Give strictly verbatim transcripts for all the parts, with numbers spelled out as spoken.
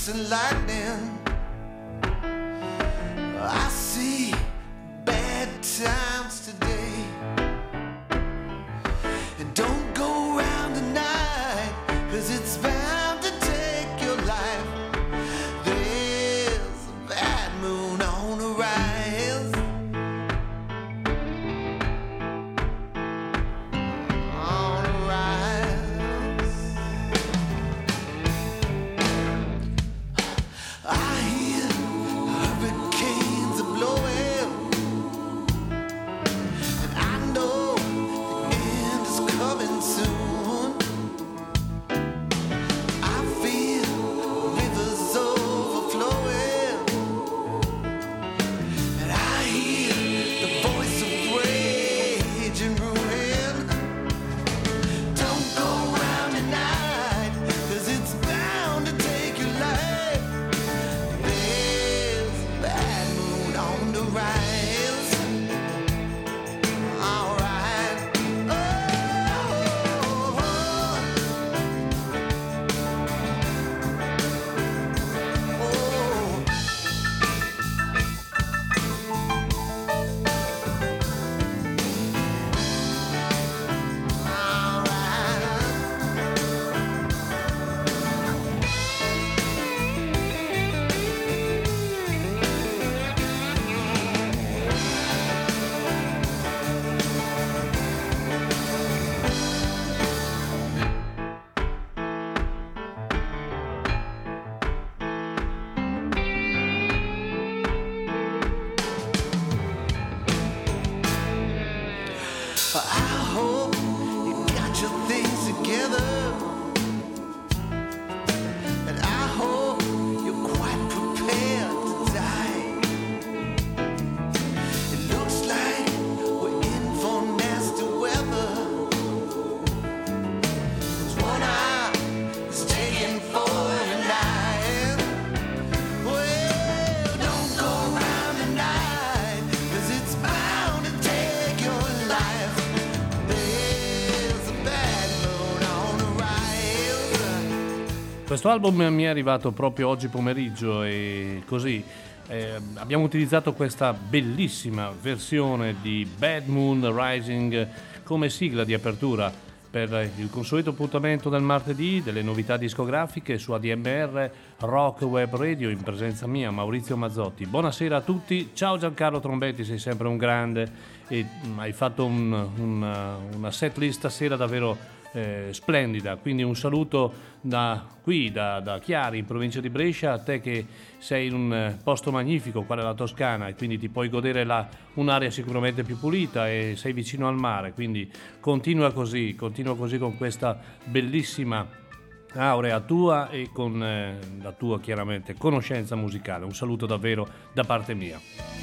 strikes and lightning. I see bad times today. And don't go around tonight, 'cause it's bound to take your life. There's a bad moon on the rise. On the rise. I hear hurricanes are blowing, and I know the end is coming soon. I feel rivers overflowing, and I hear the voice of rage and ruin. Don't go round tonight, 'cause it's bound to take your life. There's a bad moon on the rise. All right. Oh, oh, oh. All right. I hope you got your things together, and I hope you're quite prepared to die. It looks like we're in for nasty weather, 'cause one eye is taken for an eye. Well, don't go round tonight, 'cause it's bound to take your life. There's a bad moon on the rise. Questo album mi è arrivato proprio oggi pomeriggio e così eh, abbiamo utilizzato questa bellissima versione di Bad Moon Rising come sigla di apertura per il consueto appuntamento del martedì delle novità discografiche su A D M R Rock Web Radio in presenza mia, Maurizio Mazzotti. Buonasera a tutti, ciao Giancarlo Trombetti, sei sempre un grande e mm, hai fatto un, un, una set list stasera davvero eh, splendida, quindi un saluto da qui, da, da Chiari in provincia di Brescia, a te che sei in un eh, posto magnifico quale la Toscana e quindi ti puoi godere la, un'area sicuramente più pulita e sei vicino al mare, quindi continua così, continua così con questa bellissima aurea tua e con eh, la tua chiaramente conoscenza musicale. Un saluto davvero da parte mia.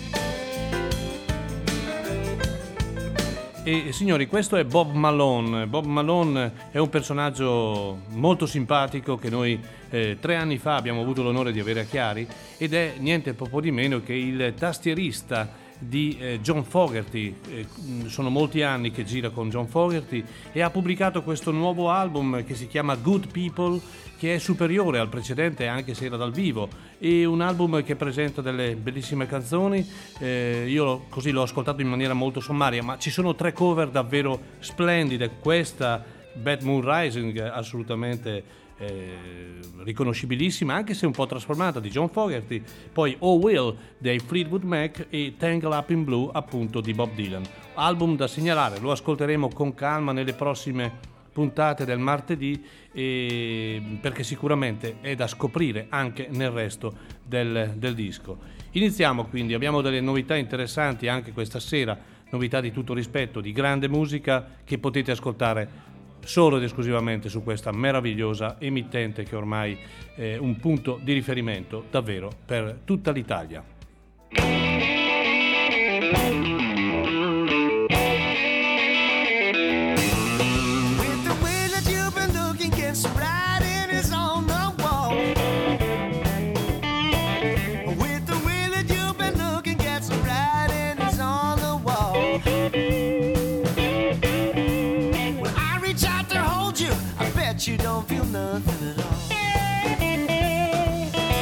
E signori, questo è Bob Malone. Bob Malone è un personaggio molto simpatico che noi eh, tre anni fa abbiamo avuto l'onore di avere a Chiari ed è niente poco di meno che il tastierista di eh, John Fogerty. Eh, sono molti anni che gira con John Fogerty e ha pubblicato questo nuovo album che si chiama Good People, che è superiore al precedente anche se era dal vivo, e un album che presenta delle bellissime canzoni. Eh, io così l'ho ascoltato in maniera molto sommaria, ma ci sono tre cover davvero splendide. Questa Bad Moon Rising assolutamente eh, riconoscibilissima, anche se un po' trasformata, di John Fogerty, poi Oh Will dei Fleetwood Mac e Tangle Up in Blue appunto di Bob Dylan. Album da segnalare, lo ascolteremo con calma nelle prossime puntate del martedì, e perché sicuramente è da scoprire anche nel resto del, del disco. Iniziamo quindi, abbiamo delle novità interessanti anche questa sera, novità di tutto rispetto, di grande musica che potete ascoltare solo ed esclusivamente su questa meravigliosa emittente che ormai è un punto di riferimento davvero per tutta l'Italia. You don't feel nothing at all.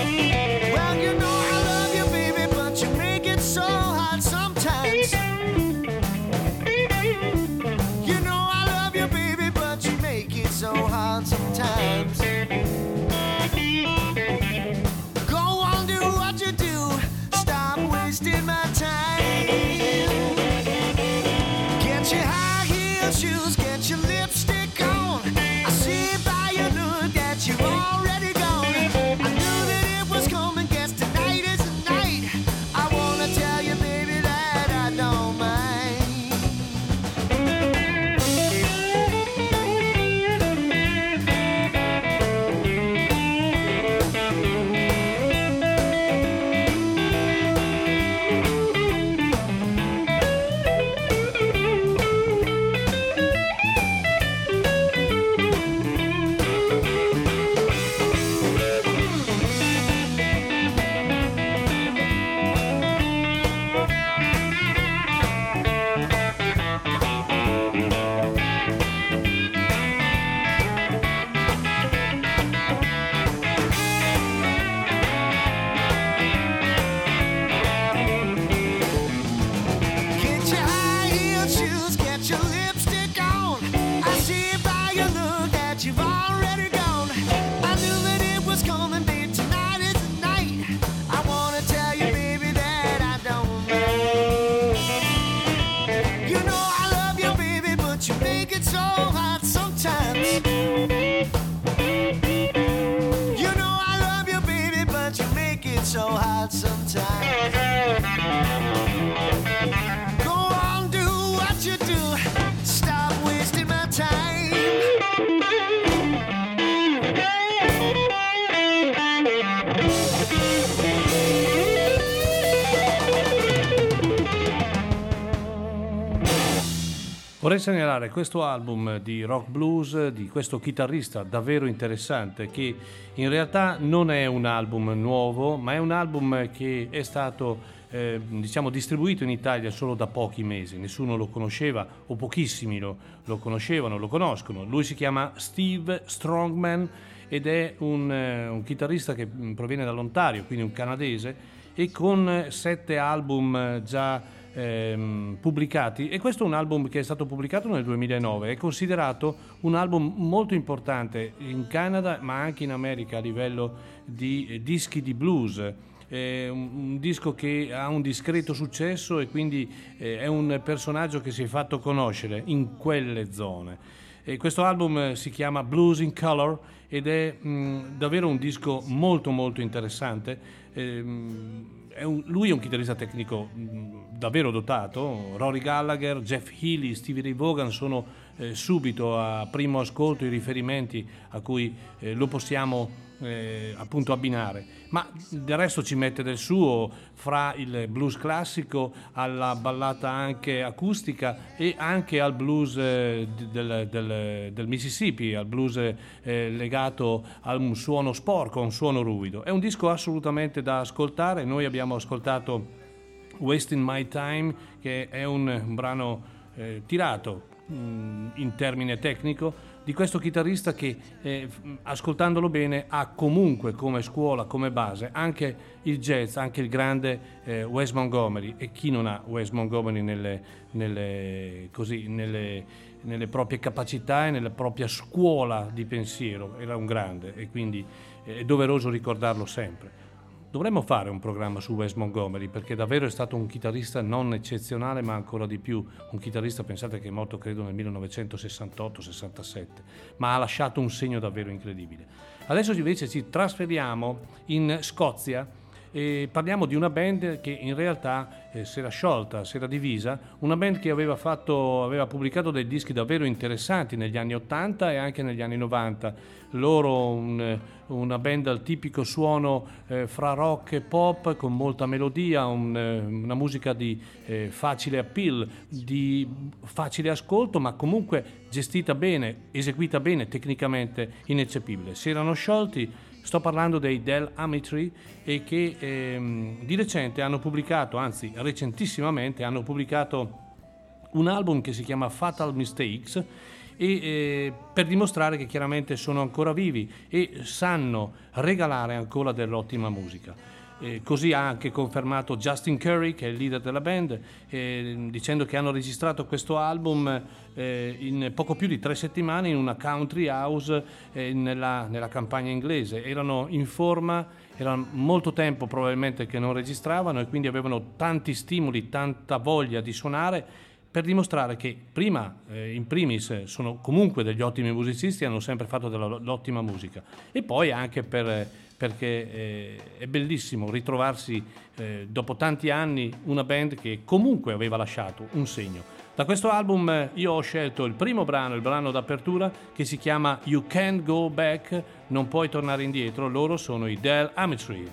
wasting my time. Get your high heel shoes, get your lipstick on. I see by your look that you've already gone. I knew that it was coming, guess tonight is the night. I wanna tell you, baby, that I don't mind. So hard sometimes. Go on, do what you do. Stop wasting my time. Vorrei segnalare questo album di rock blues di questo chitarrista davvero interessante, che in realtà non è un album nuovo, ma è un album che è stato eh, diciamo distribuito in Italia solo da pochi mesi. Nessuno lo conosceva, o pochissimi lo, lo conoscevano, lo conoscono. Lui si chiama Steve Strongman ed è un, eh, un chitarrista che proviene dall'Ontario, quindi un canadese, e con sette album già Ehm, pubblicati, e questo è un album che è stato pubblicato nel duemilanove. È considerato un album molto importante in Canada ma anche in America a livello di eh, dischi di blues. È un, un disco che ha un discreto successo e quindi eh, è un personaggio che si è fatto conoscere in quelle zone. E questo album si chiama Blues in Color ed è mh, davvero un disco molto molto interessante. Ehm, È un, lui è un chitarrista tecnico mh, davvero dotato. Rory Gallagher, Jeff Healey, Stevie Ray Vaughan sono eh, subito a primo ascolto i riferimenti a cui eh, lo possiamo eh, appunto abbinare, ma del resto ci mette del suo, fra il blues classico alla ballata anche acustica e anche al blues eh, del, del, del Mississippi, al blues eh, legato a un suono sporco, a un suono ruvido. È un disco assolutamente da ascoltare. Noi abbiamo ascoltato Wasting My Time, che è un, un brano eh, tirato mh, in termine tecnico di questo chitarrista che eh, ascoltandolo bene ha comunque come scuola, come base anche il jazz, anche il grande eh, Wes Montgomery. E chi non ha Wes Montgomery nelle, nelle, così, nelle, nelle proprie capacità e nella propria scuola di pensiero? Era un grande e quindi è doveroso ricordarlo sempre. Dovremmo fare un programma su Wes Montgomery, perché davvero è stato un chitarrista non eccezionale, ma ancora di più un chitarrista, pensate che è morto credo nel millenovecentosessantotto sessantasette, ma ha lasciato un segno davvero incredibile. Adesso invece ci trasferiamo in Scozia e parliamo di una band che in realtà eh, si era sciolta, si era divisa, una band che aveva fatto, aveva pubblicato dei dischi davvero interessanti negli anni ottanta e anche negli anni novanta. Loro un, una band al tipico suono eh, fra rock e pop, con molta melodia, un, una musica di eh, facile appeal, di facile ascolto, ma comunque gestita bene, eseguita bene, tecnicamente ineccepibile. Si erano sciolti. Sto parlando dei Del Amitry, e che ehm, di recente hanno pubblicato, anzi recentissimamente hanno pubblicato un album che si chiama Fatal Mistakes, e eh, per dimostrare che chiaramente sono ancora vivi e sanno regalare ancora dell'ottima musica. Eh, così ha anche confermato Justin Curry, che è il leader della band, eh, dicendo che hanno registrato questo album eh, in poco più di tre settimane in una country house eh, nella, nella campagna inglese. Erano in forma era molto tempo probabilmente che non registravano e quindi avevano tanti stimoli, tanta voglia di suonare, per dimostrare che prima, eh, in primis, sono comunque degli ottimi musicisti, hanno sempre fatto dell'ottima musica, e poi anche per, perché eh, è bellissimo ritrovarsi eh, dopo tanti anni una band che comunque aveva lasciato un segno. Da questo album eh, io ho scelto il primo brano, il brano d'apertura, che si chiama You Can't Go Back, non puoi tornare indietro. Loro sono i Del Amitry.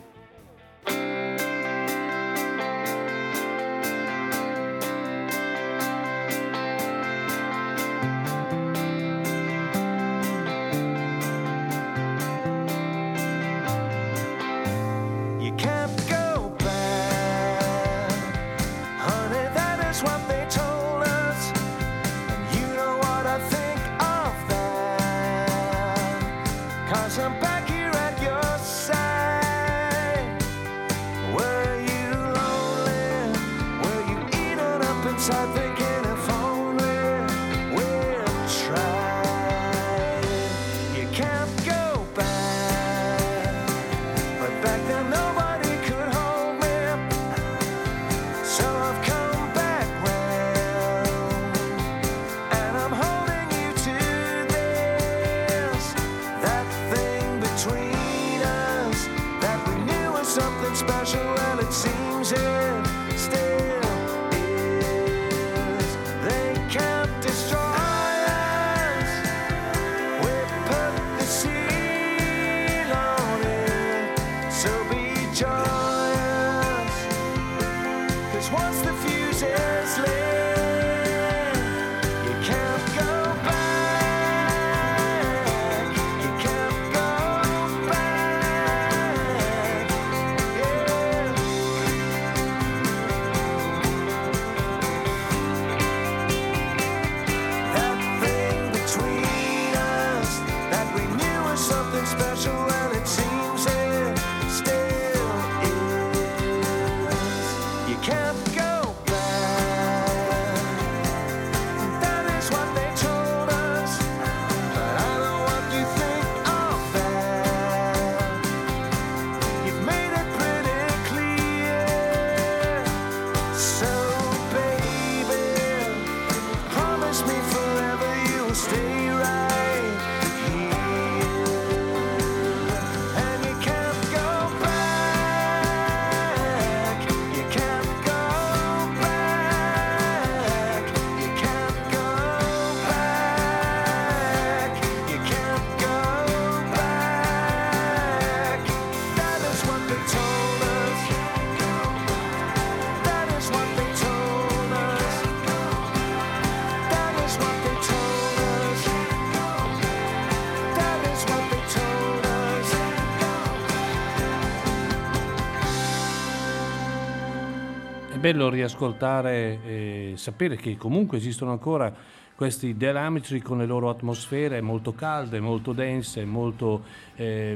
È bello riascoltare e sapere che comunque esistono ancora questi Del Amitry con le loro atmosfere molto calde, molto dense, molto, eh,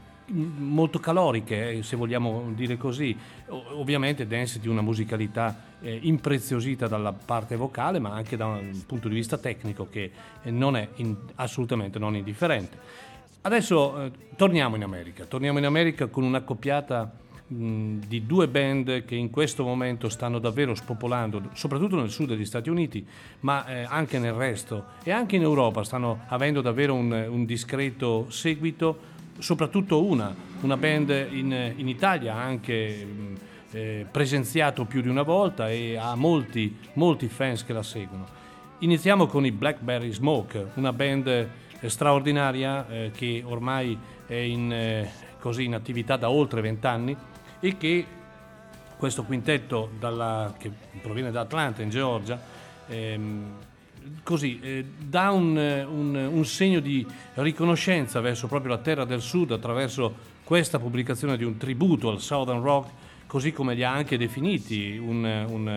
molto caloriche, se vogliamo dire così, ovviamente dense di una musicalità eh, impreziosita dalla parte vocale, ma anche da un punto di vista tecnico che non è in, assolutamente non indifferente. Adesso eh, torniamo in America, torniamo in America con un'accoppiata di due band che in questo momento stanno davvero spopolando, soprattutto nel sud degli Stati Uniti, ma eh, anche nel resto, e anche in Europa stanno avendo davvero un, un discreto seguito, soprattutto una, una band in, in Italia ha anche eh, presenziato più di una volta e ha molti, molti fans che la seguono. Iniziamo con i Blackberry Smoke, una band eh, straordinaria eh, che ormai è in, eh, così in attività da oltre vent'anni, e che questo quintetto dalla, che proviene da Atlanta in Georgia ehm, così eh, dà un, un, un segno di riconoscenza verso proprio la terra del sud attraverso questa pubblicazione di un tributo al Southern Rock, così come li ha anche definiti un,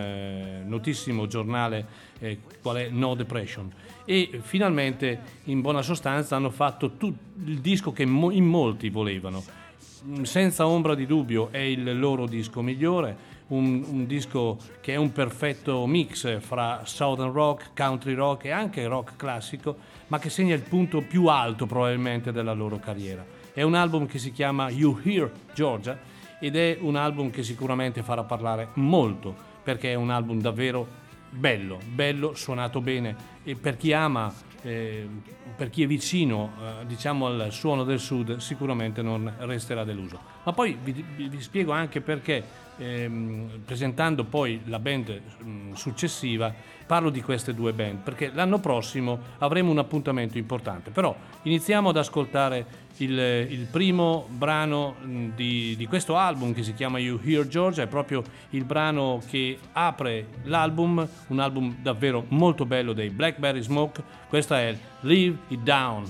un notissimo giornale eh, qual è No Depression, e finalmente in buona sostanza hanno fatto tut, il disco che mo, in molti volevano. Senza ombra di dubbio è il loro disco migliore, un, un disco che è un perfetto mix fra Southern Rock, Country Rock e anche rock classico, ma che segna il punto più alto probabilmente della loro carriera. È un album che si chiama You Hear Georgia ed è un album che sicuramente farà parlare molto, perché è un album davvero bello, bello, suonato bene, e per chi ama, eh, per chi è vicino eh, diciamo al suono del sud, sicuramente non resterà deluso. Ma poi vi, vi, vi spiego anche perché, ehm, presentando poi la band mh, successiva, parlo di queste due band, perché l'anno prossimo avremo un appuntamento importante. Però iniziamo ad ascoltare il, il primo brano mh, di, di questo album che si chiama You Hear Georgia. È proprio il brano che apre l'album, un album davvero molto bello dei Blackberry Smoke. Questa è Leave It Down.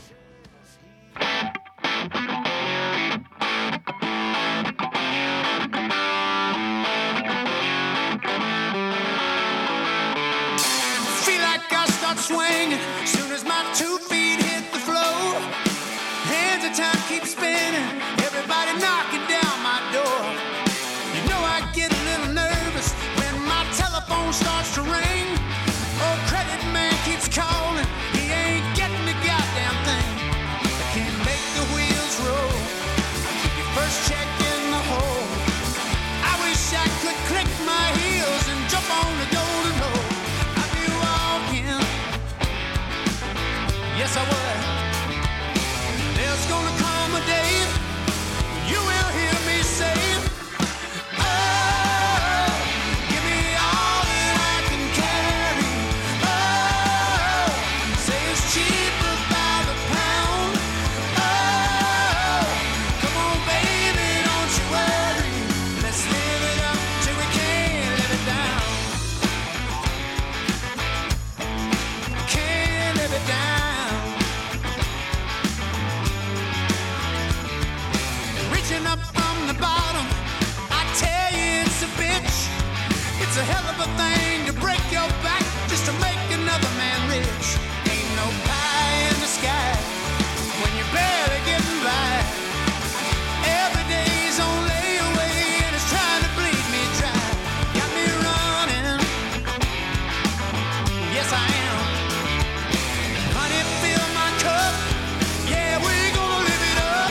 Swing soon as my two feet hit the floor. Hands of time keep spinning. Everybody knocking down my door. You know I get a little nervous when my telephone starts to ring. Oh, credit man keeps calling. He ain't getting the goddamn thing. I can't make the wheels roll. Your first check in the hole. I wish I could click my heels and jump on the golden hole. Yes, I would. There's gonna come a day you will hear me say, oh, give me all that I can carry. Oh, say it's cheaper by the pound. Oh, come on, baby, don't you worry. Let's live it up till we can't live it down. Can't live it down. Up from the bottom, I tell you it's a bitch. It's a hell of a thing to break your back just to make another man rich. Ain't no pie in the sky when you're barely getting by. Every day's on layaway and it's trying to bleed me dry. Got me running, yes I am. Honey, fill my cup, yeah, we're gonna live it up.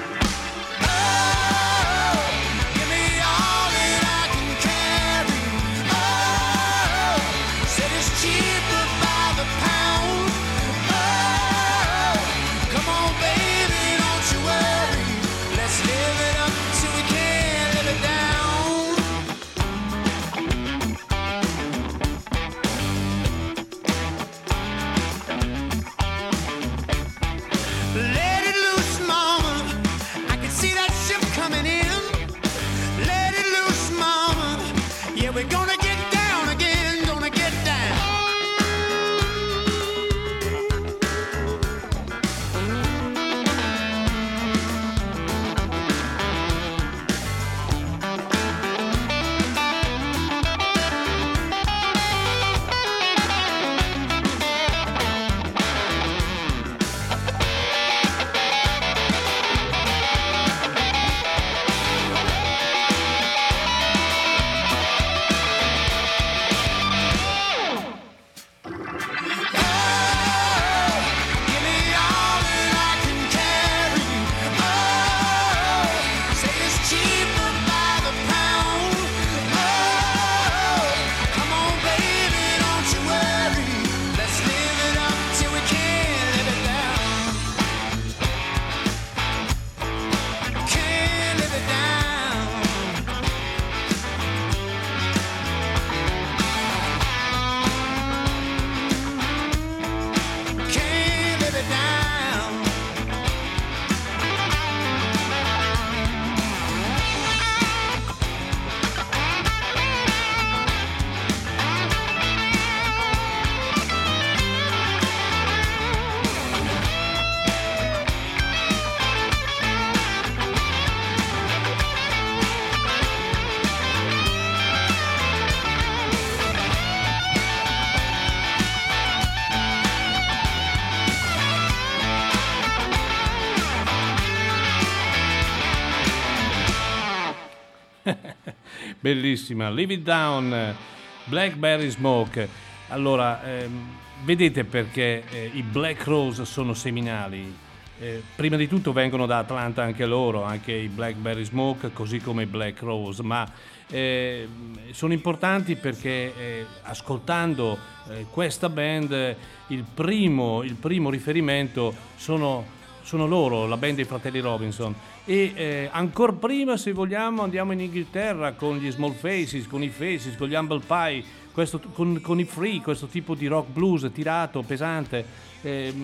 Bellissima, Leave It Down, Blackberry Smoke. Allora, ehm, vedete perché eh, i Black Rose sono seminali? Eh, prima di tutto vengono da Atlanta anche loro, anche i Blackberry Smoke, così come i Black Rose, ma eh, sono importanti perché eh, ascoltando eh, questa band eh, il primo, il primo riferimento sono, sono loro, la band dei fratelli Robinson. E eh, ancora prima, se vogliamo, andiamo in Inghilterra con gli Small Faces, con i Faces, con gli Humble Pie, questo, con, con i Free, questo tipo di rock blues tirato, pesante. Eh,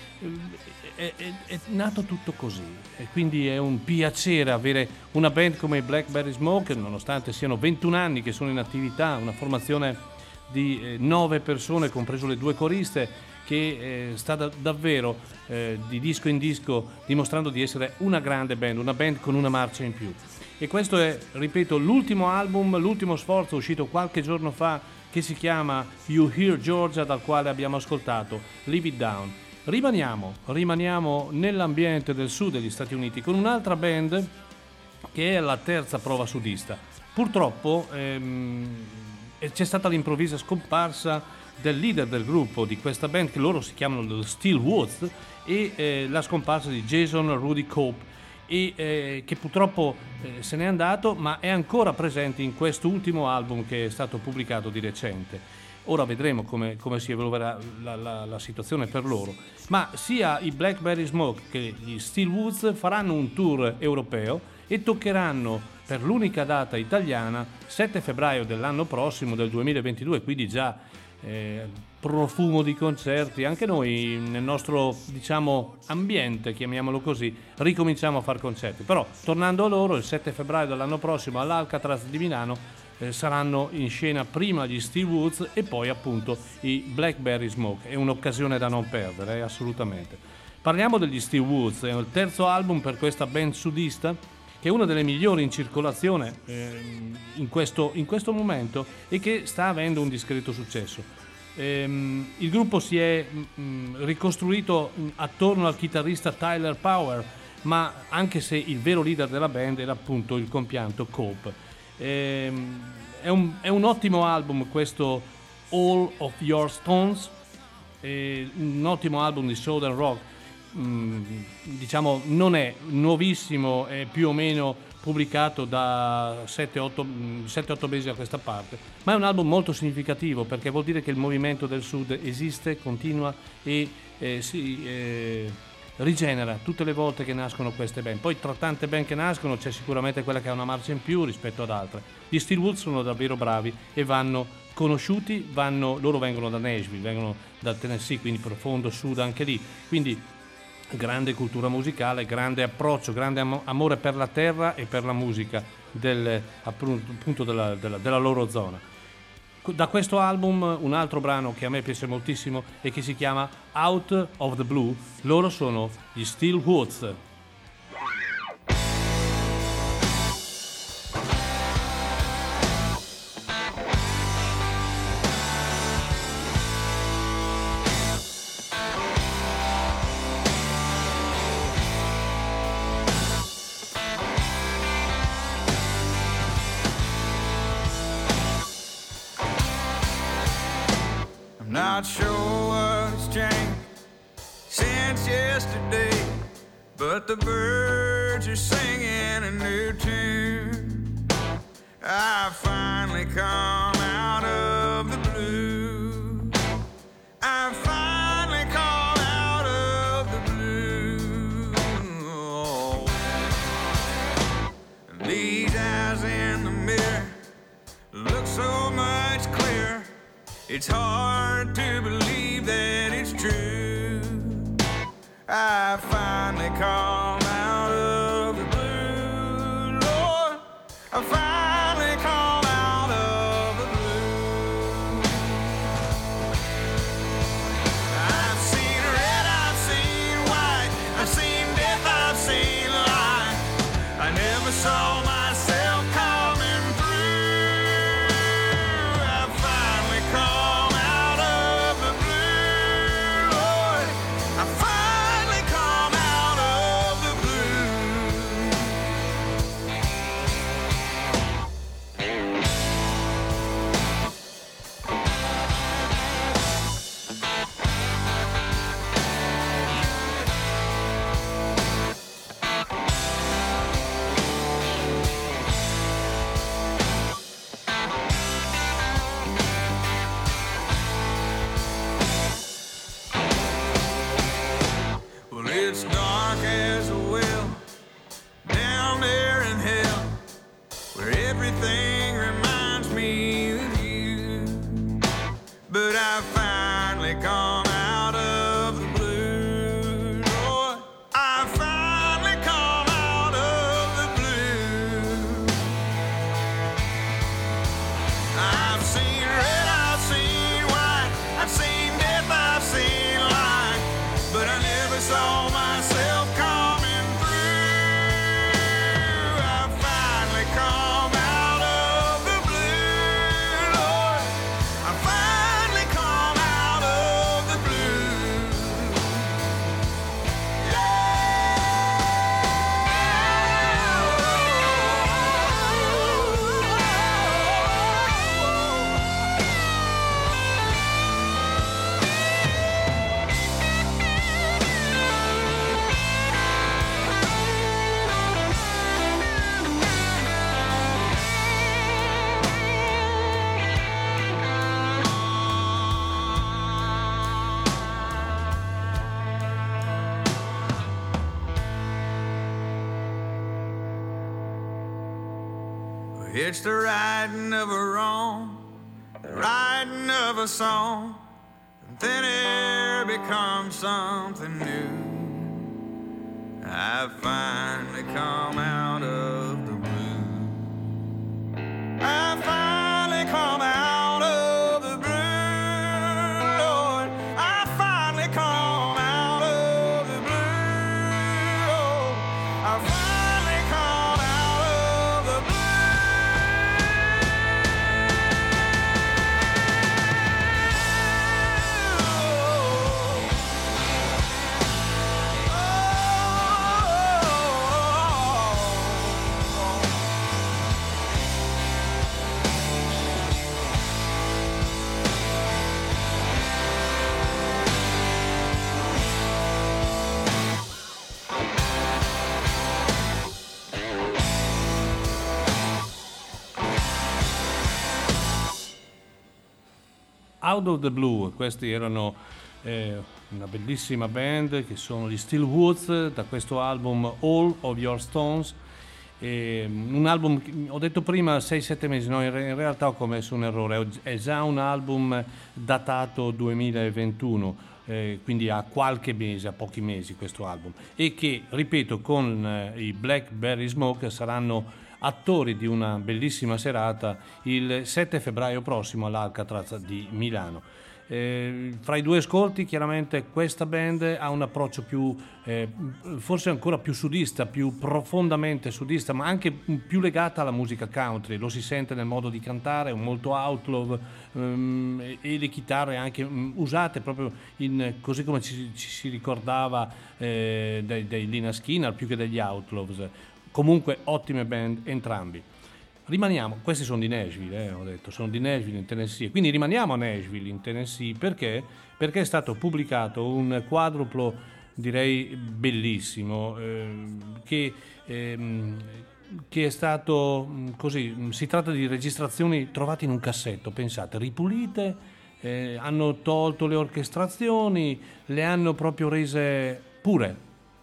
È, è, è nato tutto così e quindi è un piacere avere una band come i Blackberry Smoke, nonostante siano ventuno anni che sono in attività, una formazione di eh, nove persone, compreso le due coriste, che eh, sta da, davvero eh, di disco in disco dimostrando di essere una grande band, una band con una marcia in più. E questo è, ripeto, l'ultimo album, l'ultimo sforzo uscito qualche giorno fa, che si chiama You Hear Georgia, dal quale abbiamo ascoltato Leave It Down. Rimaniamo, rimaniamo nell'ambiente del sud degli Stati Uniti con un'altra band che è la terza prova sudista. Purtroppo ehm, c'è stata l'improvvisa scomparsa del leader del gruppo di questa band, che loro si chiamano The Steel Woods, e eh, la scomparsa di Jason Rudy Cope, e eh, che purtroppo eh, se n'è andato, ma è ancora presente in quest'ultimo album che è stato pubblicato di recente. Ora vedremo come, come si evolverà la, la, la situazione per loro. Ma sia i Blackberry Smoke che gli Steel Woods faranno un tour europeo e toccheranno per l'unica data italiana sette febbraio dell'anno prossimo, del duemilaventidue, quindi già eh, profumo di concerti. Anche noi nel nostro, diciamo, ambiente, chiamiamolo così, ricominciamo a fare concerti. Però tornando a loro, il sette febbraio dell'anno prossimo all'Alcatraz di Milano Eh, saranno in scena prima gli Steel Woods e poi appunto i Blackberry Smoke. È un'occasione da non perdere, eh, assolutamente. Parliamo degli Steel Woods, è il terzo album per questa band sudista, che è una delle migliori in circolazione eh, in, questo, in questo momento e che sta avendo un discreto successo. Ehm, il gruppo si è mh, ricostruito attorno al chitarrista Tyler Power, ma anche se il vero leader della band era appunto il compianto Cope. È un, è un ottimo album questo All of Your Stones, è un ottimo album di Southern Rock, mm, diciamo non è nuovissimo, è più o meno pubblicato da sette otto mesi a questa parte, ma è un album molto significativo perché vuol dire che il movimento del sud esiste, continua e eh, si eh, rigenera tutte le volte che nascono queste band. Poi tra tante band che nascono c'è sicuramente quella che ha una marcia in più rispetto ad altre. Gli Steel Woods sono davvero bravi e vanno conosciuti, vanno, loro vengono da Nashville, vengono dal Tennessee, quindi profondo sud anche lì, quindi grande cultura musicale, grande approccio, grande am- amore per la terra e per la musica del, appunto della, della, della loro zona. Da questo album un altro brano che a me piace moltissimo e che si chiama Out of the Blue, loro sono gli Steel Woods. Not sure what's changed since yesterday, but the birds are singing a new tune. I finally come out of the blue. I finally come out of the blue. Oh. These eyes in the mirror look so much clearer. It's hard to believe that it's true. I finally come out of the blue, Lord. I finally come out of the blue. I've seen red, I've seen white, I've seen death, I've seen life. I never saw myself coming through. I finally come out of the blue, Lord. I finally come out of seen red, I've seen white, I've seen death, I've seen light, but I never saw myself coming through. I finally come out of the blue, Lord. I finally come out of the blue. It's the writing of a wrong, the writing of a song, and then it becomes something new. I've finally come out of the blue. I've finally come out of the blue, Lord. I've finally come out of the blue. Oh, I've finally come out of the blue. Out of the Blue, questi erano eh, una bellissima band che sono gli Steel Woods, da questo album All of Your Stones, eh, un album, ho detto prima sei sette mesi, no, in, re- in realtà ho commesso un errore, è già un album datato duemilaventuno, eh, quindi ha qualche mese, a pochi mesi questo album, e che, ripeto, con eh, i Blackberry Smoke saranno attori di una bellissima serata il sette febbraio prossimo all'Alcatraz di Milano. Eh, fra i due ascolti chiaramente questa band ha un approccio più eh, forse ancora più sudista, più profondamente sudista, ma anche più legata alla musica country, lo si sente nel modo di cantare, un molto outlaw, ehm, e le chitarre anche mh, usate proprio in, così come ci, ci si ricordava eh, dei, dei Lynyrd Skynyrd più che degli Outlaws. Comunque ottime band entrambi. Rimaniamo, questi sono di Nashville, eh, ho detto, sono di Nashville in Tennessee, quindi rimaniamo a Nashville in Tennessee perché? Perché è stato pubblicato un quadruplo, direi bellissimo, eh, che, ehm, che è stato così, si tratta di registrazioni trovate in un cassetto, pensate, ripulite, eh, hanno tolto le orchestrazioni, le hanno proprio rese pure,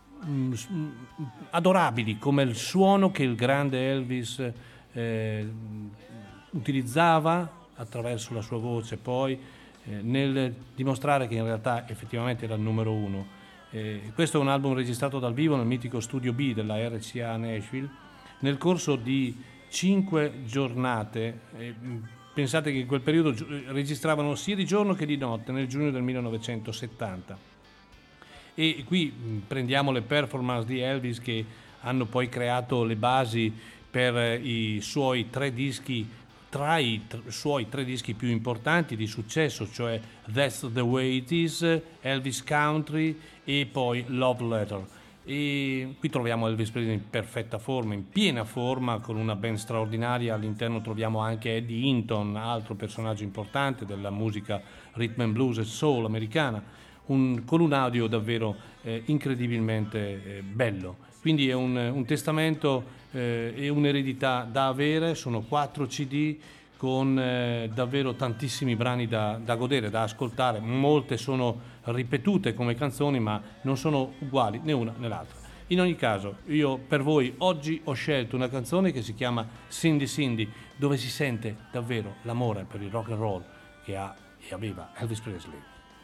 adorabili, come il suono che il grande Elvis eh, utilizzava attraverso la sua voce poi eh, nel dimostrare che in realtà effettivamente era il numero uno. Eh, questo è un album registrato dal vivo nel mitico Studio B della R C A Nashville nel corso di cinque giornate. Eh, pensate che in quel periodo registravano sia di giorno che di notte, nel giugno del millenovecentosettanta. E qui prendiamo le performance di Elvis che hanno poi creato le basi per i suoi tre dischi, tra i t- suoi tre dischi più importanti di successo, cioè That's the Way It Is, Elvis Country e poi Love Letter. E qui troviamo Elvis Presley in perfetta forma, in piena forma, con una band straordinaria. All'interno troviamo anche Eddie Hinton, altro personaggio importante della musica rhythm and blues e soul americana. Un, con un audio davvero eh, incredibilmente eh, bello, quindi è un, un testamento eh, e un'eredità da avere. Sono quattro C D con eh, davvero tantissimi brani da, da godere, da ascoltare, molte sono ripetute come canzoni ma non sono uguali né una né l'altra. In ogni caso io per voi oggi ho scelto una canzone che si chiama Cindy Cindy, dove si sente davvero l'amore per il rock and roll che ha e aveva Elvis Presley.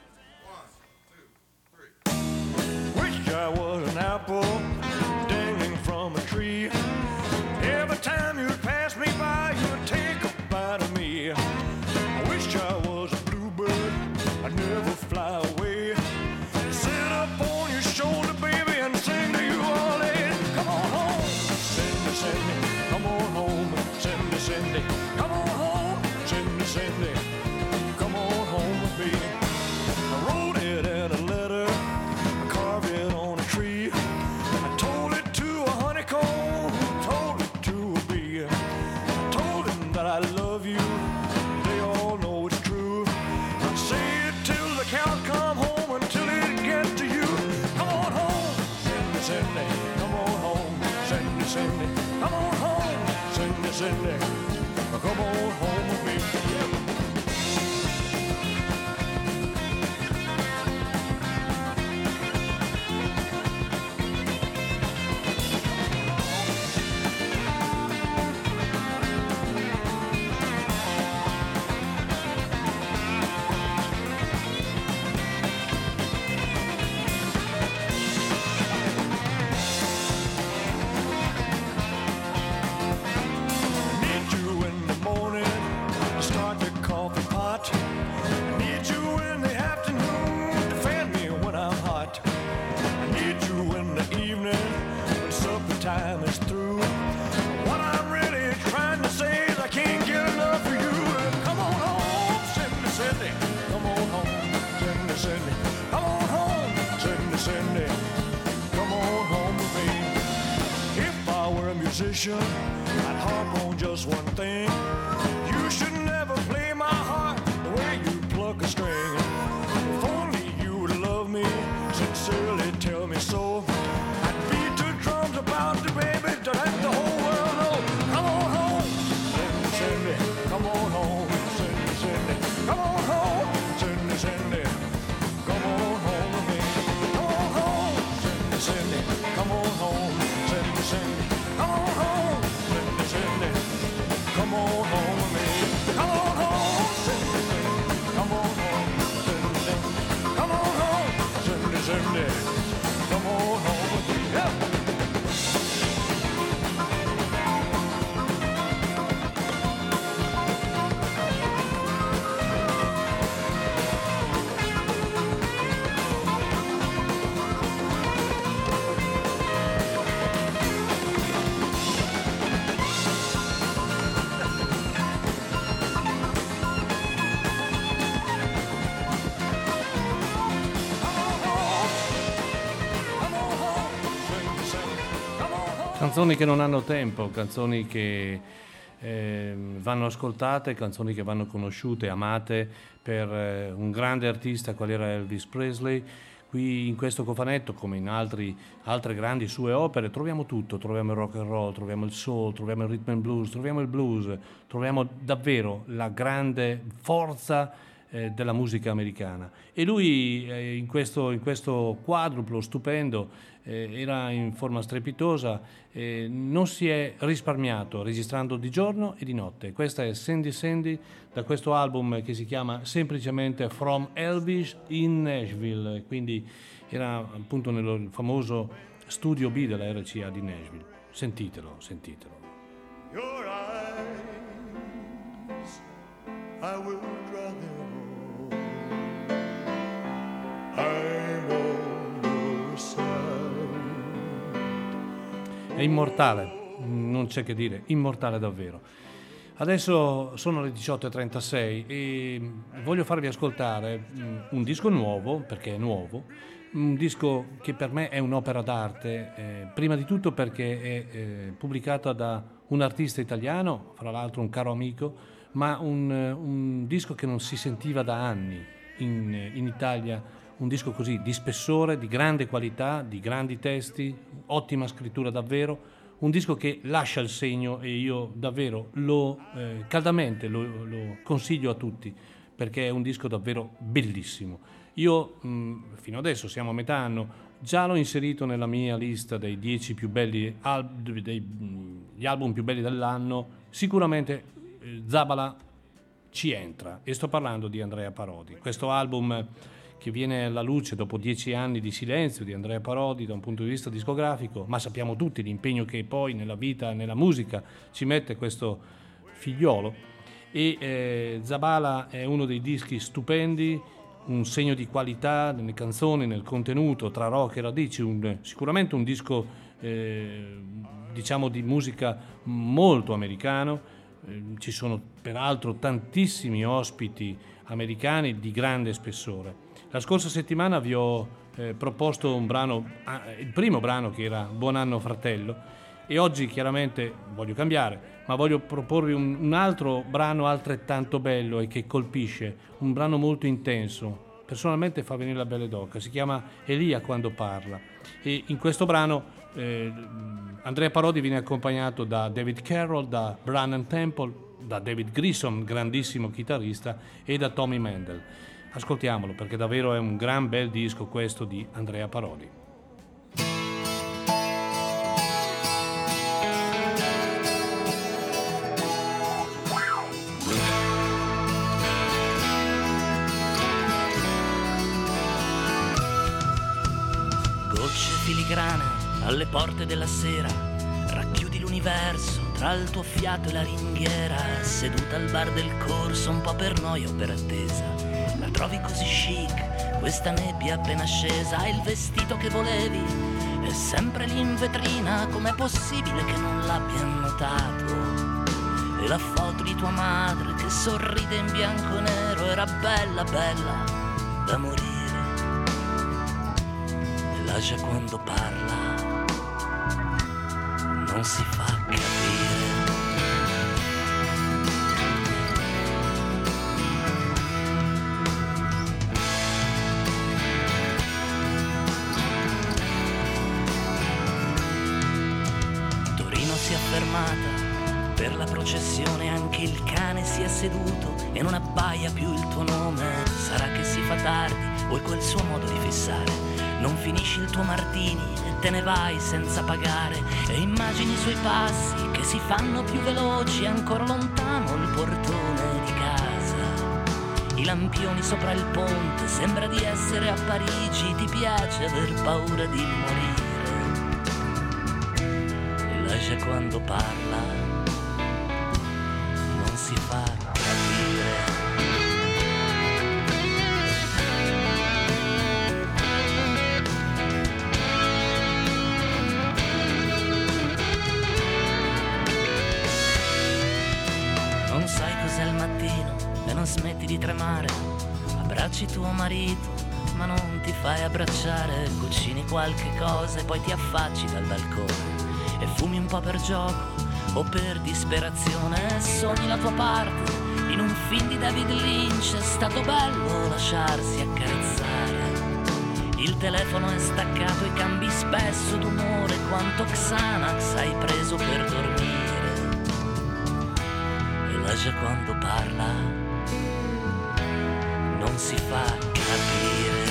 I was an apple dangling from a tree. Every time you'd pass me by, you'd take a bite of me. Cindy, come on home with me. I wrote it in a letter, I carved it on a tree. I told it to a honeycomb, told it to a bee. I told him that I love you, they all know it's true. I'd say it till the cows come home, until it gets to you. Come on home, Cindy, Cindy, come on home, Cindy, Cindy, come on home, Cindy, Cindy, come on home with me. Time is through. What I'm really trying to say is I can't get enough of you. Come on home, Cindy, Cindy. Come on home, Cindy, Cindy. Come on home, Cindy, Cindy. Come on home with me. If I were a musician, I'd harp on just one thing. You should never play my heart the way you pluck a string. If only you would love me, sincerely tell me so. About the baby to let the whole world know. Come on home, Cindy, Cindy. Come on home, Cindy, Cindy. Come on home, Cindy, Cindy. Come on home with me. Come on home, Cindy, Cindy. Come on home, Cindy, Cindy. Come on home, Cindy, Cindy. Come on home with me. Come on home, Cindy, Cindy. Come on home, Cindy, Cindy. Come on home, Cindy, Cindy. Come on home with me. Yeah. Canzoni che non hanno tempo, canzoni che eh, vanno ascoltate, canzoni che vanno conosciute, amate per eh, un grande artista qual era Elvis Presley. Qui in questo cofanetto, come in altri, altre grandi sue opere, troviamo tutto, troviamo il rock and roll, troviamo il soul, troviamo il rhythm and blues, troviamo il blues, troviamo davvero la grande forza eh, della musica americana. E lui eh, in, questo, in questo quadruplo stupendo eh, era in forma strepitosa, eh, non si è risparmiato registrando di giorno e di notte. Questa è Cindy Cindy da questo album che si chiama semplicemente From Elvis in Nashville, quindi era appunto nel famoso studio B della R C A di Nashville. Sentitelo, sentitelo. Your eyes, I will draw them. I'm on your side. È immortale, non c'è che dire, immortale davvero. Adesso sono le diciotto e trentasei e voglio farvi ascoltare un disco nuovo, perché è nuovo, un disco che per me è un'opera d'arte, eh, prima di tutto perché è eh, pubblicata da un artista italiano, fra l'altro un caro amico, ma un, un disco che non si sentiva da anni in, in Italia, un disco così di spessore, di grande qualità, di grandi testi, ottima scrittura davvero, un disco che lascia il segno e io davvero lo eh, caldamente lo, lo consiglio a tutti perché è un disco davvero bellissimo. Io mh, fino adesso siamo a metà anno, già l'ho inserito nella mia lista dei dieci più belli al- dei, gli album più belli dell'anno. Sicuramente eh, Zabala ci entra e sto parlando di Andrea Parodi. Questo album che viene alla luce dopo dieci anni di silenzio di Andrea Parodi da un punto di vista discografico, ma sappiamo tutti l'impegno che poi nella vita, nella musica ci mette questo figliolo. E eh, Zabala è uno dei dischi stupendi, un segno di qualità nelle canzoni, nel contenuto, tra rock e radici, un, sicuramente un disco eh, diciamo di musica molto americano, eh, ci sono peraltro tantissimi ospiti americani di grande spessore. La scorsa settimana vi ho eh, proposto un brano, ah, il primo brano che era Buon anno fratello, e oggi chiaramente voglio cambiare, ma voglio proporvi un, un altro brano altrettanto bello e che colpisce, un brano molto intenso, personalmente fa venire la pelle d'oca, si chiama Elia quando parla, e in questo brano eh, Andrea Parodi viene accompagnato da David Carroll, da Branham Temple, da David Grissom, grandissimo chitarrista, e da Tommy Mendel. Ascoltiamolo perché davvero è un gran bel disco questo di Andrea Parodi. Filigrane alle porte della sera, racchiudi l'universo tra il tuo fiato e la ringhiera. Seduta al bar del corso, un po' per noia o per attesa, la trovi così chic, questa nebbia appena scesa. Hai il vestito che volevi, è sempre lì in vetrina, com'è possibile che non l'abbia notato? E la foto di tua madre che sorride in bianco e nero era bella, bella da morire. Lascia quando parla, non si fa capire. Torino si è fermata per la processione, anche il cane si è seduto e non abbaia più il tuo nome. Sarà che si fa tardi o è quel suo modo di fissare. Non finisci il tuo martini e te ne vai senza pagare, e immagini i suoi passi che si fanno più veloci, ancora lontano il portone di casa. I lampioni sopra il ponte, sembra di essere a Parigi, ti piace aver paura di morire. E lascia quando parla, non si fa capire. Non smetti di tremare, abbracci tuo marito, ma non ti fai abbracciare. Cucini qualche cosa e poi ti affacci dal balcone e fumi un po' per gioco o per disperazione. Sogni la tua parte in un film di David Lynch, è stato bello lasciarsi accarezzare. Il telefono è staccato e cambi spesso d'umore, quanto Xanax hai preso per dormire. E lascia quando parla, non si fa capire.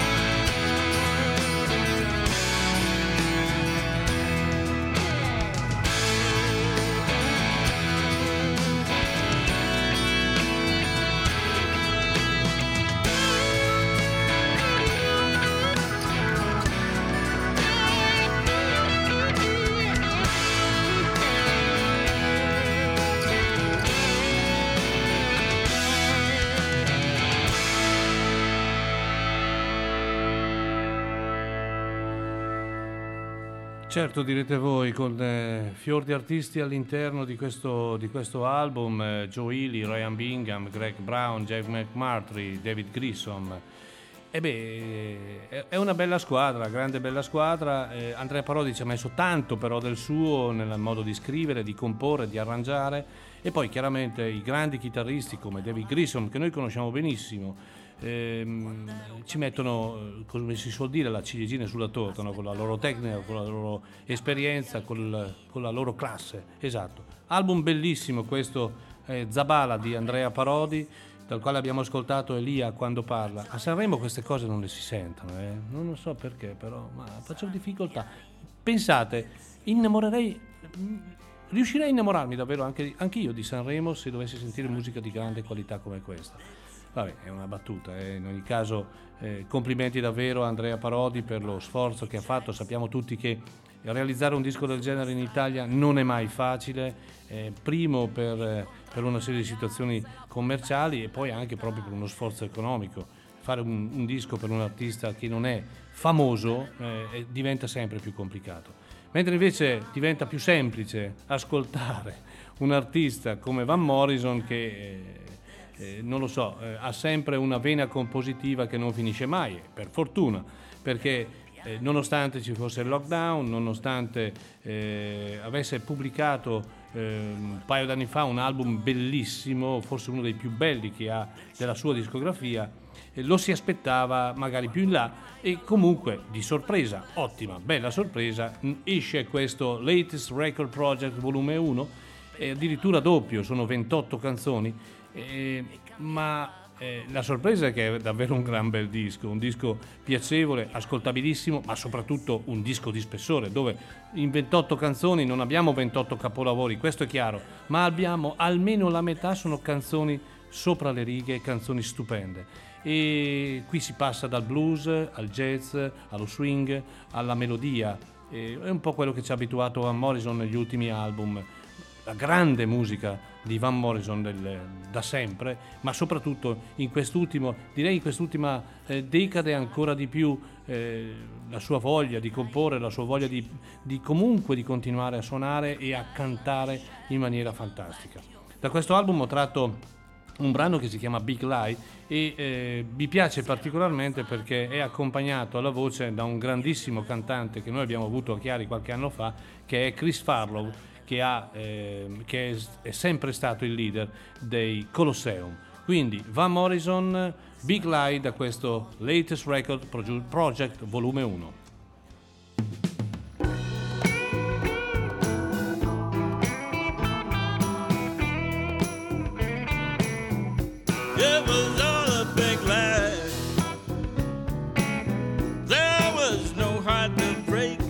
Certo, direte voi, con eh, fior di artisti all'interno di questo, di questo album, eh, Joe Ely, Ryan Bingham, Greg Brown, Jeff McMurtry, David Grissom. E beh, è, è una bella squadra, grande bella squadra. Eh, Andrea Parodi ci ha messo tanto però del suo nel modo di scrivere, di comporre, di arrangiare, e poi chiaramente i grandi chitarristi come David Grissom, che noi conosciamo benissimo, Ehm, ci mettono, come si suol dire, la ciliegina sulla torta, no? Con la loro tecnica, con la loro esperienza, con, con la loro classe. Esatto. Album bellissimo questo, eh, Zabala di Andrea Parodi, dal quale abbiamo ascoltato Elia quando parla. A Sanremo queste cose non le si sentono, eh? Non lo so perché, però ma faccio difficoltà. Pensate, innamorerei, riuscirei a innamorarmi davvero anche, anche io di Sanremo se dovessi sentire musica di grande qualità come questa. Vabbè, è una battuta, eh. In ogni caso eh, complimenti davvero a Andrea Parodi per lo sforzo che ha fatto. Sappiamo tutti che realizzare un disco del genere in Italia non è mai facile, eh, primo per, per una serie di situazioni commerciali e poi anche proprio per uno sforzo economico. Fare un, un disco per un artista che non è famoso eh, diventa sempre più complicato, mentre invece diventa più semplice ascoltare un artista come Van Morrison che eh, eh, non lo so, eh, ha sempre una vena compositiva che non finisce mai, per fortuna, perché eh, nonostante ci fosse il lockdown, nonostante eh, avesse pubblicato eh, un paio d'anni fa un album bellissimo, forse uno dei più belli che ha della sua discografia, eh, lo si aspettava magari più in là, e comunque di sorpresa, ottima, bella sorpresa, esce questo Latest Record Project volume uno, eh, addirittura doppio, sono ventotto canzoni, eh, ma Eh, la sorpresa è che è davvero un gran bel disco, un disco piacevole, ascoltabilissimo, ma soprattutto un disco di spessore, dove in ventotto canzoni non abbiamo ventotto capolavori, questo è chiaro, ma abbiamo almeno la metà sono canzoni sopra le righe, canzoni stupende. E qui si passa dal blues al jazz, allo swing, alla melodia, e è un po' quello che ci ha abituato Van Morrison negli ultimi album. La grande musica di Van Morrison del, da sempre, ma soprattutto in quest'ultimo, direi in quest'ultima eh, decade ancora di più, eh, la sua voglia di comporre, la sua voglia di, di comunque di continuare a suonare e a cantare in maniera fantastica. Da questo album ho tratto un brano che si chiama Big Lie e eh, mi piace particolarmente perché è accompagnato alla voce da un grandissimo cantante che noi abbiamo avuto a Chiari qualche anno fa, che è Chris Farlow, che, ha, eh, che è, è sempre stato il leader dei Colosseum. Quindi Van Morrison, Big Lie, da questo Latest Record Project volume uno. It was all a big lie. There was no heart to break.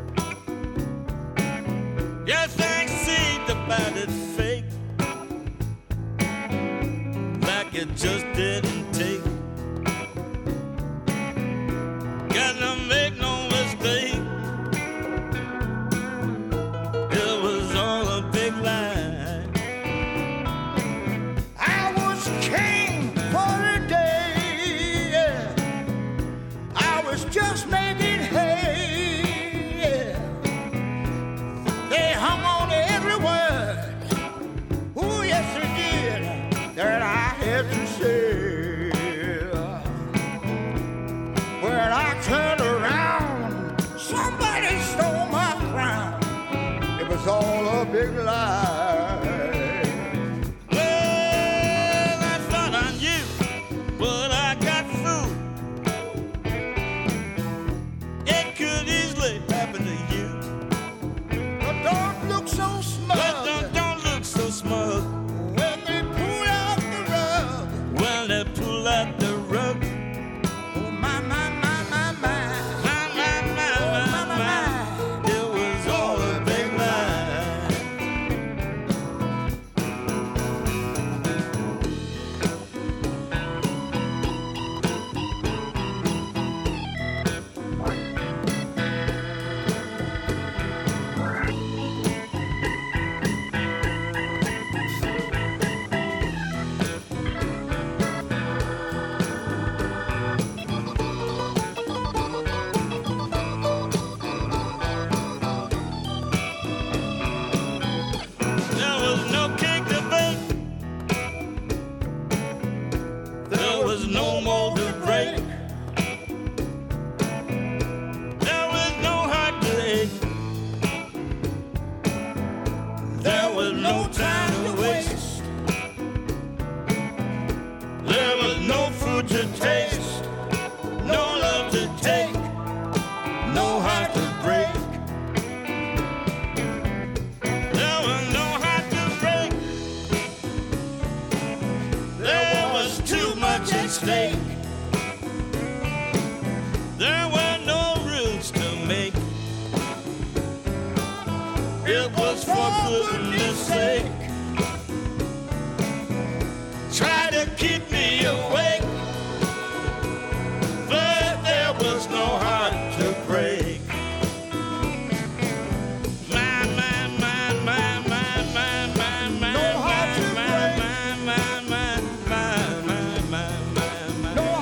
Yes, I see about it fake, like it just didn't take. Gotta make no mistake. It was all a big lie. I was king for a day, yeah. I was just making hay, yeah. They hung on every word, ooh yes they did, that I had to say. When I turned around, somebody stole my crown. It was all a big lie. Well, I thought I knew, but I got fooled. It could easily happen to you. But don't look so smug, But don't, don't look so smug when they pull out the rug. when they pull out the rug. Oh my, my, my, my, my. My, my, my, Oh, my, my, my, my. It was all a big lie. There was no cake to bake. There was no mold to break. There was no heart to ache. There was no time to waste. There was no food to taste. No love to take. No heart to break. There was no heart to break. There was too much at stake. There were no rules to make. It was for goodness sake. Try to keep me awake, but there was no heart to break. My, my, my, my, my, my, my, my, No heart to my, break. my, my, my, my, my, my, my, my, No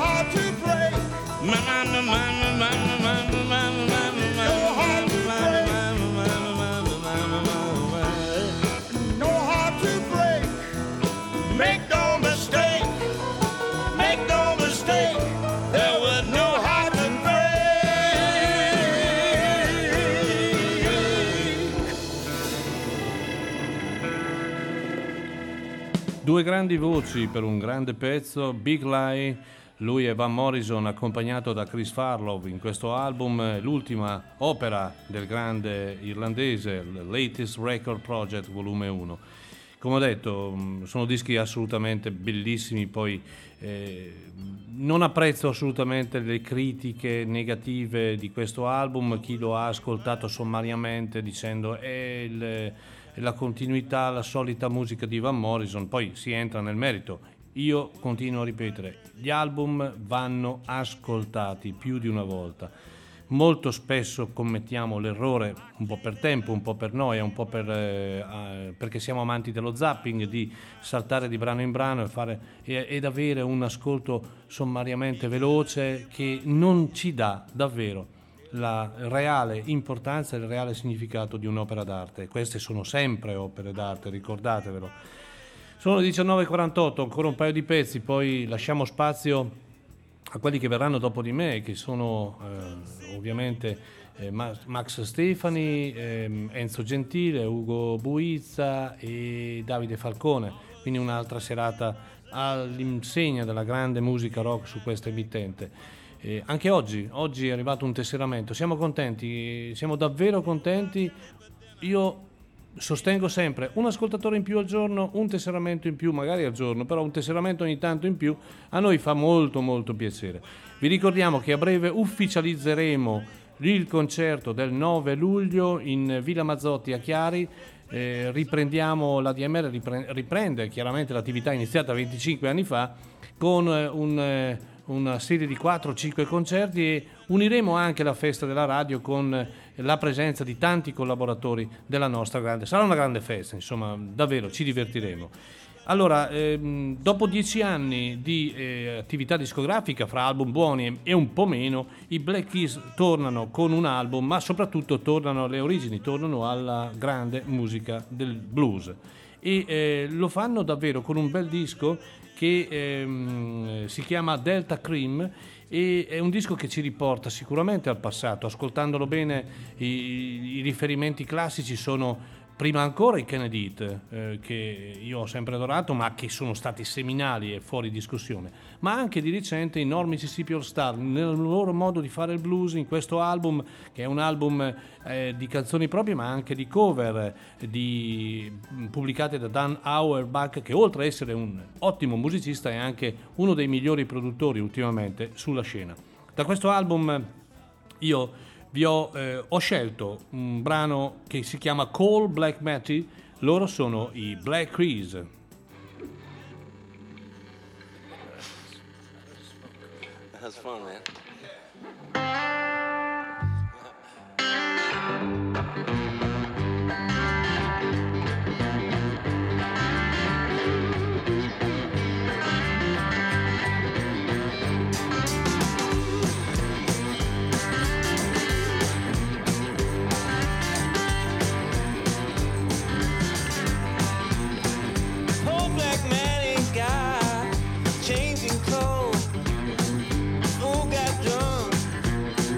Due grandi voci per un grande pezzo, Big Lie, lui è Van Morrison accompagnato da Chris Farlow in questo album, l'ultima opera del grande irlandese, Latest Record Project volume uno. Come ho detto, sono dischi assolutamente bellissimi, poi eh, non apprezzo assolutamente le critiche negative di questo album, chi lo ha ascoltato sommariamente dicendo è il, la continuità, la solita musica di Van Morrison, poi si entra nel merito. Io continuo a ripetere, gli album vanno ascoltati più di una volta. Molto spesso commettiamo l'errore, un po' per tempo, un po' per noia, un po' per, eh, perché siamo amanti dello zapping, di saltare di brano in brano e fare, e, ed avere un ascolto sommariamente veloce che non ci dà davvero la reale importanza e il reale significato di un'opera d'arte. Queste sono sempre opere d'arte, ricordatevelo. Sono le diciannove e quarantotto, ancora un paio di pezzi, poi lasciamo spazio a quelli che verranno dopo di me, che sono eh, ovviamente eh, Max Stefani, eh, Enzo Gentile, Ugo Buizza e Davide Falcone, quindi un'altra serata all'insegna della grande musica rock su questa emittente. Eh, anche oggi, oggi è arrivato un tesseramento, siamo contenti, siamo davvero contenti. Io sostengo sempre un ascoltatore in più al giorno, un tesseramento in più magari al giorno, però un tesseramento ogni tanto in più a noi fa molto molto piacere. Vi ricordiamo che a breve ufficializzeremo il concerto del nove luglio in Villa Mazzotti a Chiari, eh, riprendiamo l'A D M R, riprende, riprende chiaramente l'attività iniziata venticinque anni fa con eh, un... Eh, una serie di quattro cinque concerti e uniremo anche la festa della radio con la presenza di tanti collaboratori della nostra grande, sarà una grande festa, insomma davvero ci divertiremo. Allora, ehm, dopo dieci anni di eh, attività discografica fra album buoni e un po' meno, i Black Keys tornano con un album, ma soprattutto tornano alle origini, tornano alla grande musica del blues e eh, lo fanno davvero con un bel disco che ehm, si chiama Delta Cream e è un disco che ci riporta sicuramente al passato. Ascoltandolo bene, i, i riferimenti classici sono prima ancora i Kennedy Heat, eh, che io ho sempre adorato ma che sono stati seminali e fuori discussione, ma anche di recente i North Mississippi All Star nel loro modo di fare il blues in questo album, che è un album eh, di canzoni proprie ma anche di cover eh, di, pubblicate da Dan Auerbach, che oltre a essere un ottimo musicista è anche uno dei migliori produttori ultimamente sulla scena. Da questo album io vi ho, eh, ho scelto un brano che si chiama Cold Black Matty, loro sono i Black Keys. That's fun, man. Old black man ain't got changing clothes. Fool got drunk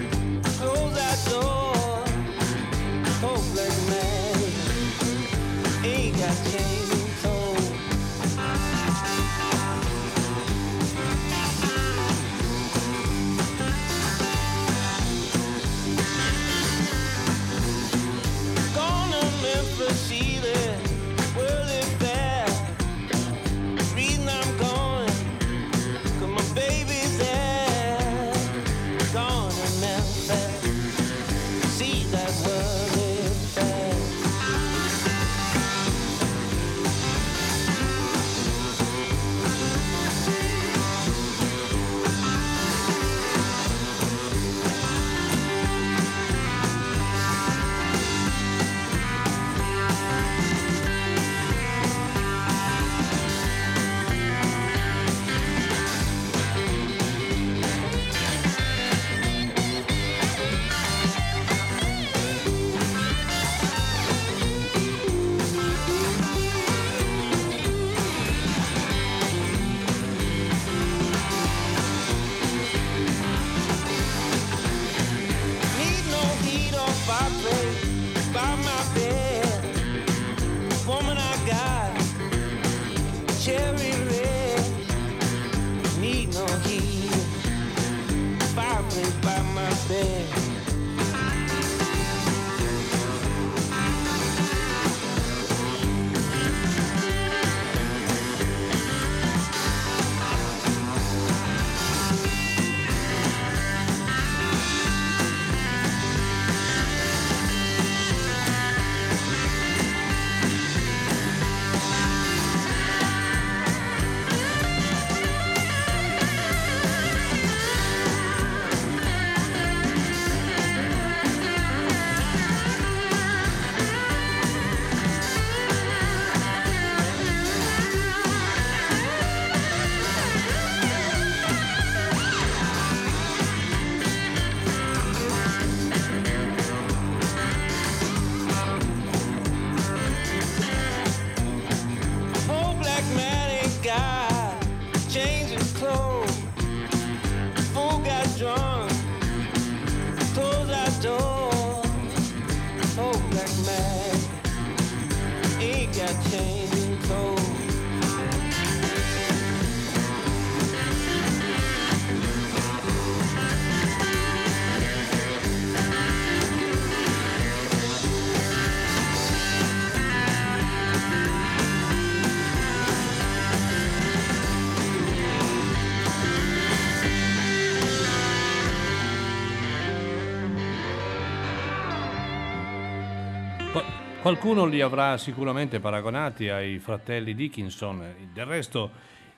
Qualcuno li avrà sicuramente paragonati ai fratelli Dickinson. Del resto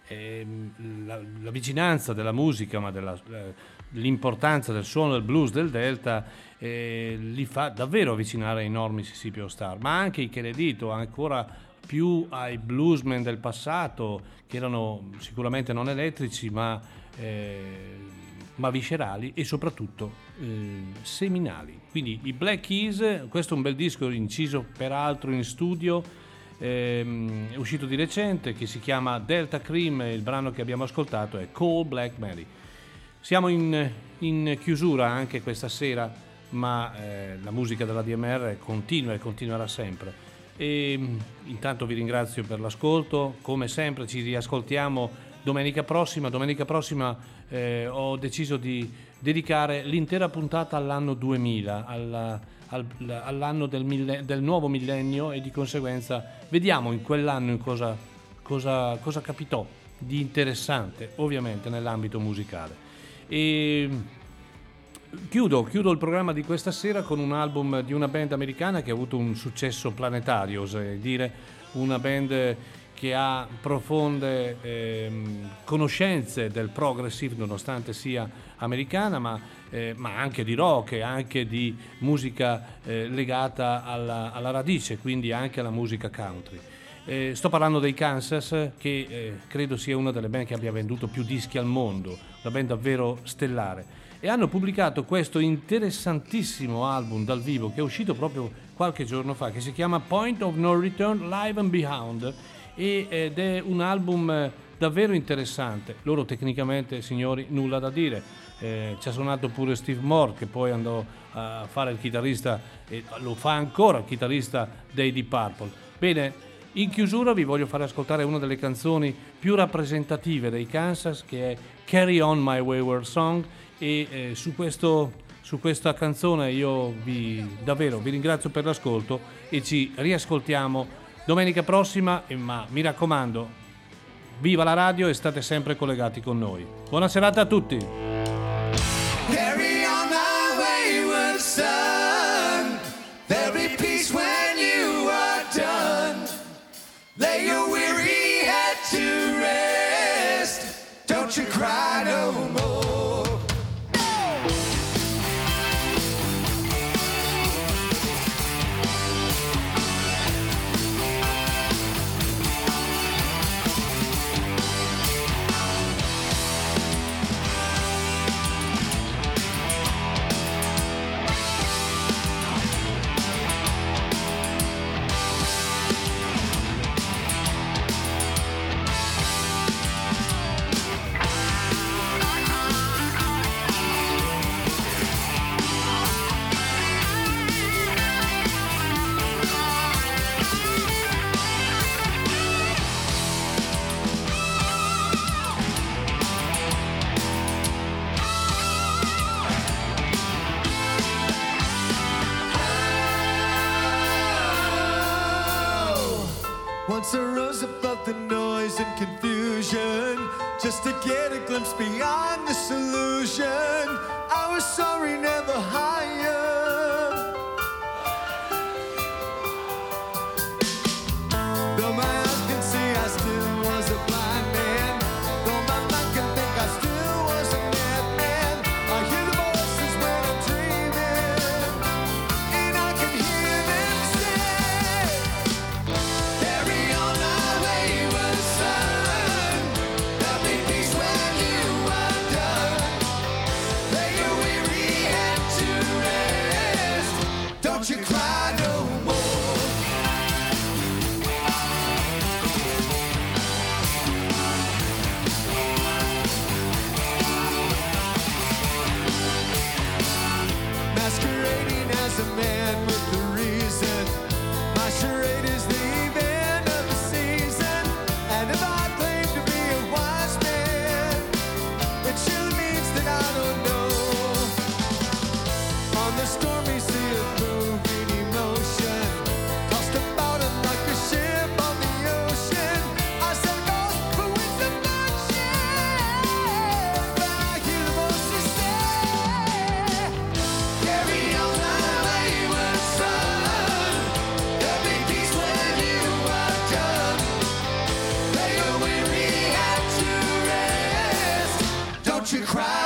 ehm, la, la vicinanza della musica, ma della, eh, l'importanza del suono del blues del Delta eh, li fa davvero avvicinare ai enormi Mississippi All Star, ma anche i Kenedito, ancora più ai bluesmen del passato, che erano sicuramente non elettrici, ma eh, ma viscerali e soprattutto eh, seminali. Quindi i Black Keys, questo è un bel disco inciso peraltro in studio, ehm, è uscito di recente, che si chiama Delta Cream, e il brano che abbiamo ascoltato è Cold Black Mary. Siamo in, in chiusura anche questa sera, ma eh, la musica della D M R continua e continuerà sempre. E intanto vi ringrazio per l'ascolto, come sempre ci riascoltiamo domenica prossima. Domenica prossima eh, ho deciso di dedicare l'intera puntata all'anno duemila, alla, al, all'anno del, mille, del nuovo millennio, e di conseguenza vediamo in quell'anno in cosa, cosa, cosa capitò di interessante, ovviamente nell'ambito musicale. E chiudo, chiudo il programma di questa sera con un album di una band americana che ha avuto un successo planetario, oserei dire, una band che ha profonde ehm, conoscenze del progressive, nonostante sia americana, ma, eh, ma anche di rock e anche di musica eh, legata alla, alla radice, quindi anche alla musica country. Eh, sto parlando dei Kansas, che eh, credo sia una delle band che abbia venduto più dischi al mondo, una band davvero stellare, e hanno pubblicato questo interessantissimo album dal vivo che è uscito proprio qualche giorno fa, che si chiama Point of No Return Live and Beyond, ed è un album davvero interessante. Loro tecnicamente, signori, nulla da dire, eh, ci ha suonato pure Steve Moore, che poi andò a fare il chitarrista e lo fa ancora il chitarrista dei Deep Purple. Bene, in chiusura vi voglio fare ascoltare una delle canzoni più rappresentative dei Kansas, che è Carry On My Wayward Song, e eh, su questo Su questa canzone io vi davvero vi ringrazio per l'ascolto e ci riascoltiamo domenica prossima, ma mi raccomando, viva la radio e state sempre collegati con noi. Buona serata a tutti. Carry on my wayward son. There'll be peace when you are done. Lay your weary head to rest. Don't you cry no more. Once I rose above the noise and confusion, just to get a glimpse beyond this illusion. I was sorry, never higher. Though my eyes can see, I still was a blind man. Though my mind can think, I still was a madman. I hear the voices when I'm dreaming, and I can hear them say, carry on my wayward son. There'll be peace when you are done. Lay your weary head to rest. you cry.